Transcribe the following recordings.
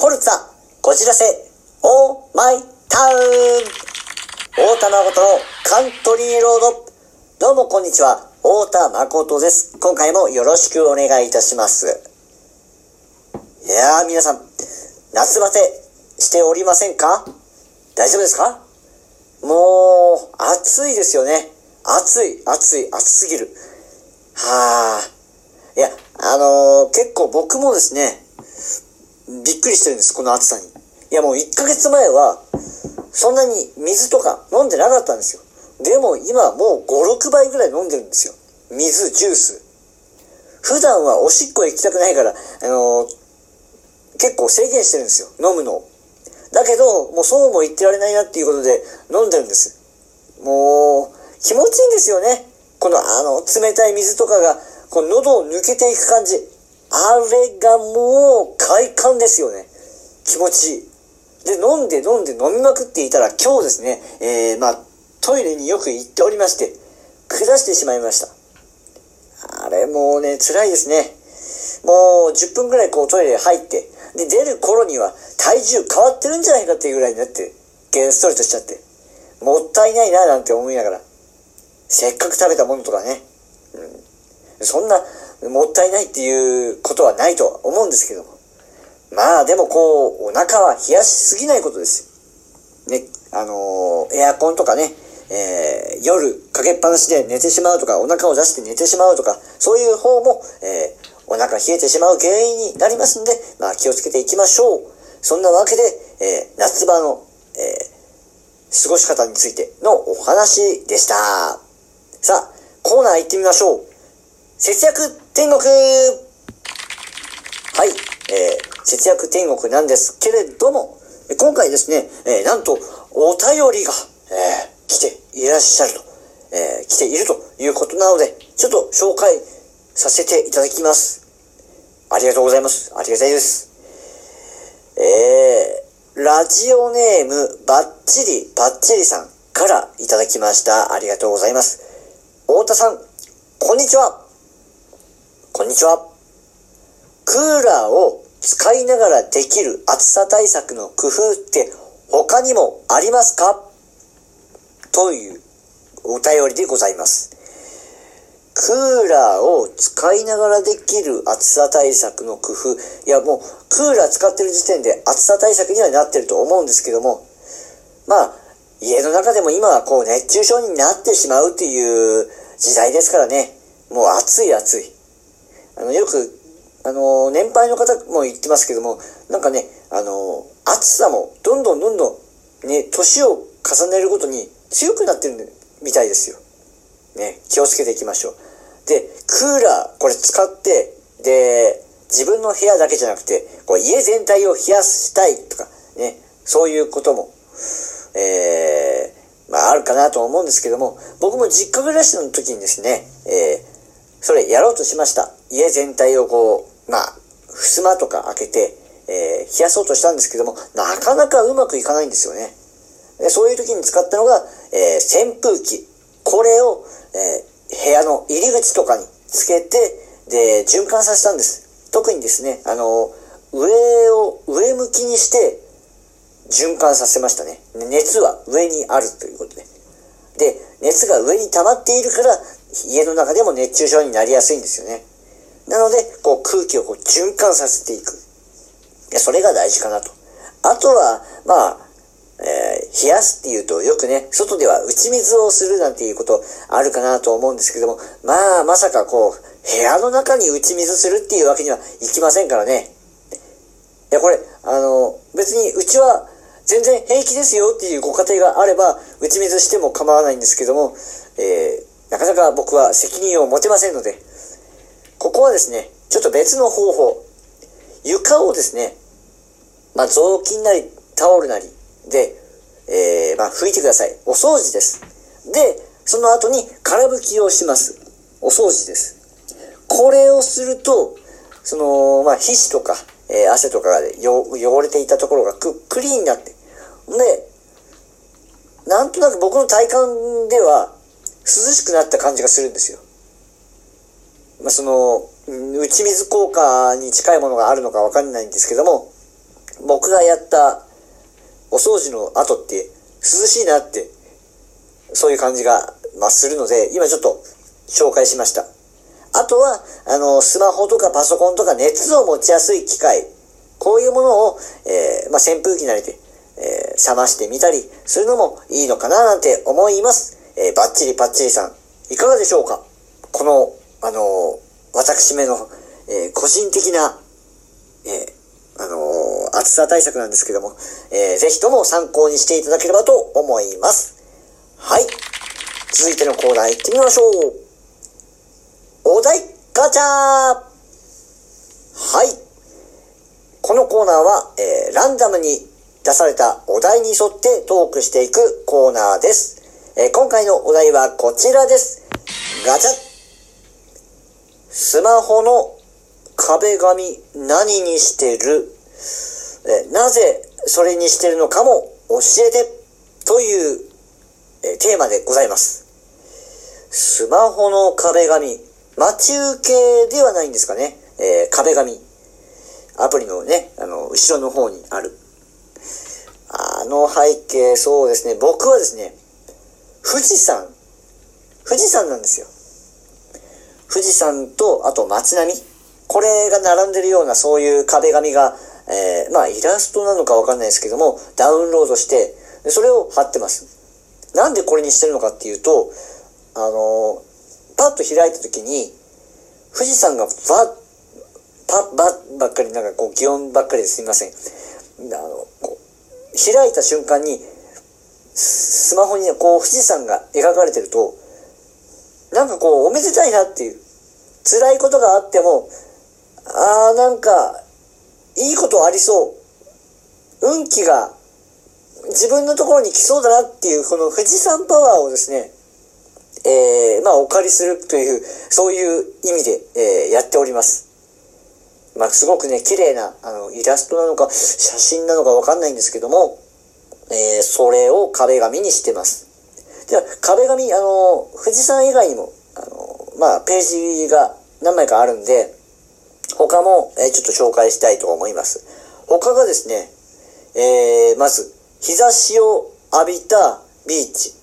フォルツァ、こじらせ、オーマイタウン。太田誠のカントリーロード。どうもこんにちは、太田誠です。今回もよろしくお願いいたします。いやー皆さん、夏バテしておりませんか？大丈夫ですか？もう、暑いですよね。暑すぎる。いや、結構僕もですね、びっくりしてるんです、この暑さに。いやもう1ヶ月前は、そんなに水とか飲んでなかったんですよ。でも今もう5、6倍ぐらい飲んでるんですよ。水、ジュース。普段はおしっこ行きたくないから、結構制限してるんですよ、飲むのを。だけど、もうそうも言ってられないなっていうことで飲んでるんです。もう、気持ちいいんですよね。この冷たい水とかが、この喉を抜けていく感じ。あれがもう快感ですよね。気持ちいい。で、飲みまくっていたら今日ですね、トイレによく行っておりまして、下してしまいました。あれもうね、辛いですね。もう10分ぐらいこうトイレ入って、で、出る頃には体重変わってるんじゃないかっていうぐらいになって、ゲンストレートしちゃって、もったいないななんて思いながら、せっかく食べたものとかね、そんなもったいないっていうことはないとは思うんですけども。まあでもこう、お腹は冷やしすぎないことですよ。ね、エアコンとかね、夜かけっぱなしで寝てしまうとか、お腹を出して寝てしまうとか、そういう方も、お腹冷えてしまう原因になりますんで、気をつけていきましょう。そんなわけで、夏場の、過ごし方についてのお話でした。さあ、コーナー行ってみましょう。節約天国。はい、節約天国なんですけれども、今回ですね、なんとお便りが、来ていらっしゃると、来ているということなので、ちょっと紹介させていただきます。ありがとうございます。ありがたいです。ラジオネームバッチリさんからいただきました。ありがとうございます。太田さん、こんにちは。こんにちは。クーラーを使いながらできる暑さ対策の工夫って他にもありますか？というお便りでございます。クーラーを使いながらできる暑さ対策の工夫。いやもうクーラー使ってる時点で暑さ対策にはなってると思うんですけども、家の中でも今はこう熱中症になってしまうっていう時代ですからね。もう暑い。よく年配の方も言ってますけども、なんかね、暑さもどんどんね、年を重ねるごとに強くなってるみたいですよ。ね、気をつけていきましょう。で、クーラー、これ使って、で、自分の部屋だけじゃなくて、こう家全体を冷やしたいとか、ね、そういうことも、あるかなと思うんですけども、僕も実家暮らしの時にですね、それやろうとしました。家全体をこう、襖とか開けて、冷やそうとしたんですけども、なかなかうまくいかないんですよね。でそういう時に使ったのが、扇風機。これを、部屋の入り口とかにつけて、で、循環させたんです。特にですね、上向きにして循環させましたね。熱は上にあるということで。で、熱が上に溜まっているから、家の中でも熱中症になりやすいんですよね。なので、こう空気をこう循環させていく。それが大事かなと。あとは、冷やすっていうとよくね、外では打ち水をするなんていうことあるかなと思うんですけども、まさかこう、部屋の中に打ち水するっていうわけにはいきませんからね。いや、これ、別にうちは全然平気ですよっていうご家庭があれば、打ち水しても構わないんですけども、なかなか僕は責任を持てませんので、ここはですね、ちょっと別の方法。床をですね、雑巾なりタオルなりで、拭いてください。お掃除です。で、その後に空拭きをします。お掃除です。これをすると、皮脂とか、汗とかで汚れていたところがクリーンになって、で、なんとなく僕の体感では涼しくなった感じがするんですよ。打ち水効果に近いものがあるのかわかんないんですけども、 僕がやったお掃除の後って涼しいなって、そういう感じが、するので、今ちょっと紹介しました。あとは、スマホとかパソコンとか熱を持ちやすい機械、こういうものを、扇風機なりで、冷ましてみたりするのもいいのかななんて思います。バッチリパッチリさん、いかがでしょうか？この、私めの、個人的な、暑さ対策なんですけども、ぜひとも参考にしていただければと思います。はい。続いてのコーナー行ってみましょう。お題ガチャー。はい。このコーナーは、ランダムに出されたお題に沿ってトークしていくコーナーです。今回のお題はこちらです。ガチャ。スマホの壁紙何にしてる？なぜそれにしてるのかも教えてという、テーマでございます。スマホの壁紙、待ち受けではないんですかね。壁紙。アプリのね、後ろの方にある。背景、そうですね。僕はですね、富士山なんですよ。富士山と、あと街並み。これが並んでるような、そういう壁紙が、イラストなのかわかんないですけども、ダウンロードして、それを貼ってます。なんでこれにしてるのかっていうと、パッと開いた時に、富士山がばっかり、擬音ばっかりですいません。開いた瞬間に、スマホに富士山が描かれてると、おめでたいなっていう、辛いことがあっても、いいことありそう。運気が自分のところに来そうだなっていう、この富士山パワーをですね、お借りするという、そういう意味で、やっております。すごくね、綺麗な、イラストなのか、写真なのかわかんないんですけども、それを壁紙にしてます。では、壁紙、富士山以外にも、ページが何枚かあるんで、他も、ちょっと紹介したいと思います。他がですね、まず、日差しを浴びたビーチ。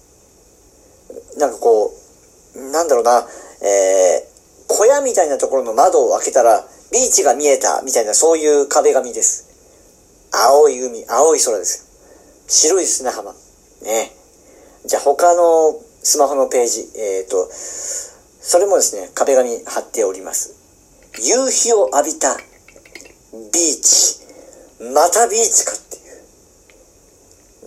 小屋みたいなところの窓を開けたら、ビーチが見えた、みたいな、そういう壁紙です。青い海、青い空ですよ。白い砂浜。ね。じゃあ他のスマホのページ、それもですね、壁紙貼っております。夕日を浴びたビーチ。またビーチかっていう。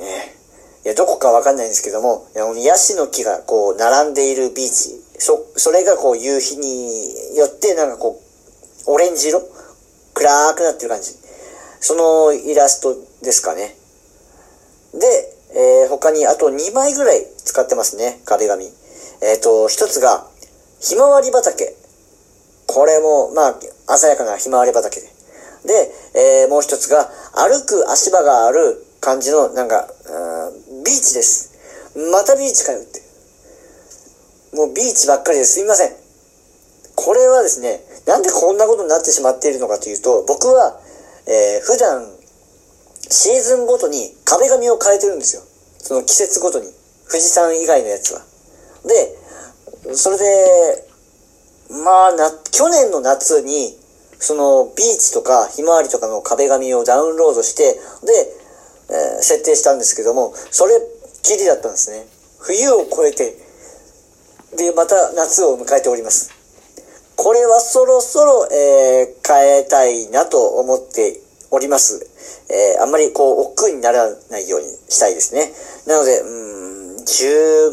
ね。いや、どこかわかんないんですけども、ヤシの木が並んでいるビーチ。それが夕日によってオレンジ色暗くなってる感じ。そのイラストですかね。で、他にあと2枚ぐらい使ってますね、壁紙。一つが、ひまわり畑。これも、鮮やかなひまわり畑で。で、もう一つが、歩く足場がある感じの、ビーチです。またビーチかよって。もうビーチばっかりですいません。これはですね、なんでこんなことになってしまっているのかというと、僕は、普段、シーズンごとに壁紙を変えてるんですよ。その季節ごとに。富士山以外のやつは。で、それで、去年の夏に、そのビーチとかひまわりとかの壁紙をダウンロードして、で、設定したんですけども、それっきりだったんですね。冬を越えて、で、また夏を迎えております。これはそろそろ、変えたいなと思っております。あんまり億劫にならないようにしたいですね。なので、9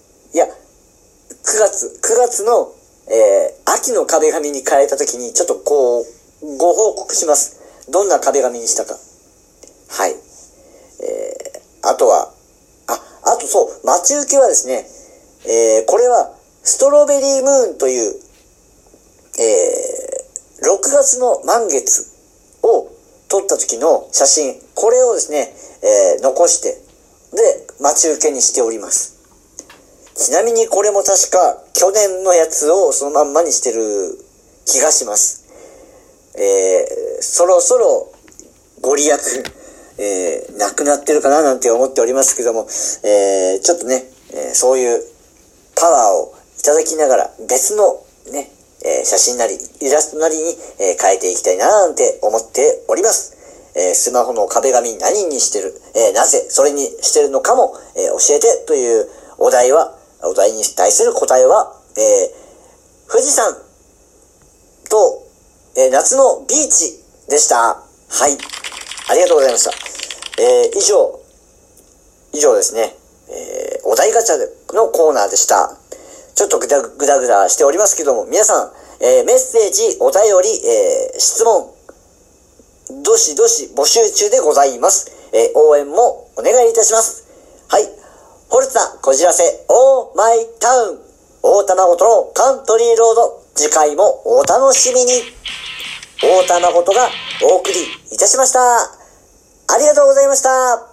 月の、秋の壁紙に変えたときに、ちょっとご報告します。どんな壁紙にしたか。はい。あとそう、待ち受けはですね、これは、ストロベリームーンという、6月の満月を撮った時の写真、これをですね、残して、で、待ち受けにしております。ちなみにこれも確か去年のやつをそのまんまにしてる気がします。そろそろご利益、なくなってるかななんて思っておりますけども、ちょっとね、そういうパワーをいただきながら別のね、写真なりイラストなりに、変えていきたいななんて思っております。スマホの壁紙何にしてる、なぜそれにしてるのかも、教えてというお題に対する答えは、富士山と、夏のビーチでした。はい。ありがとうございました。以上ですね。お題ガチャのコーナーでした。ちょっとぐだぐだしておりますけども、皆さん、メッセージ、お便り、質問、どしどし募集中でございます。応援もお願いいたします。はい。ホルツァこじらせ、オーマイタウン、大玉ごとのカントリーロード、次回もお楽しみに。大玉ごとがお送りいたしました。ありがとうございました。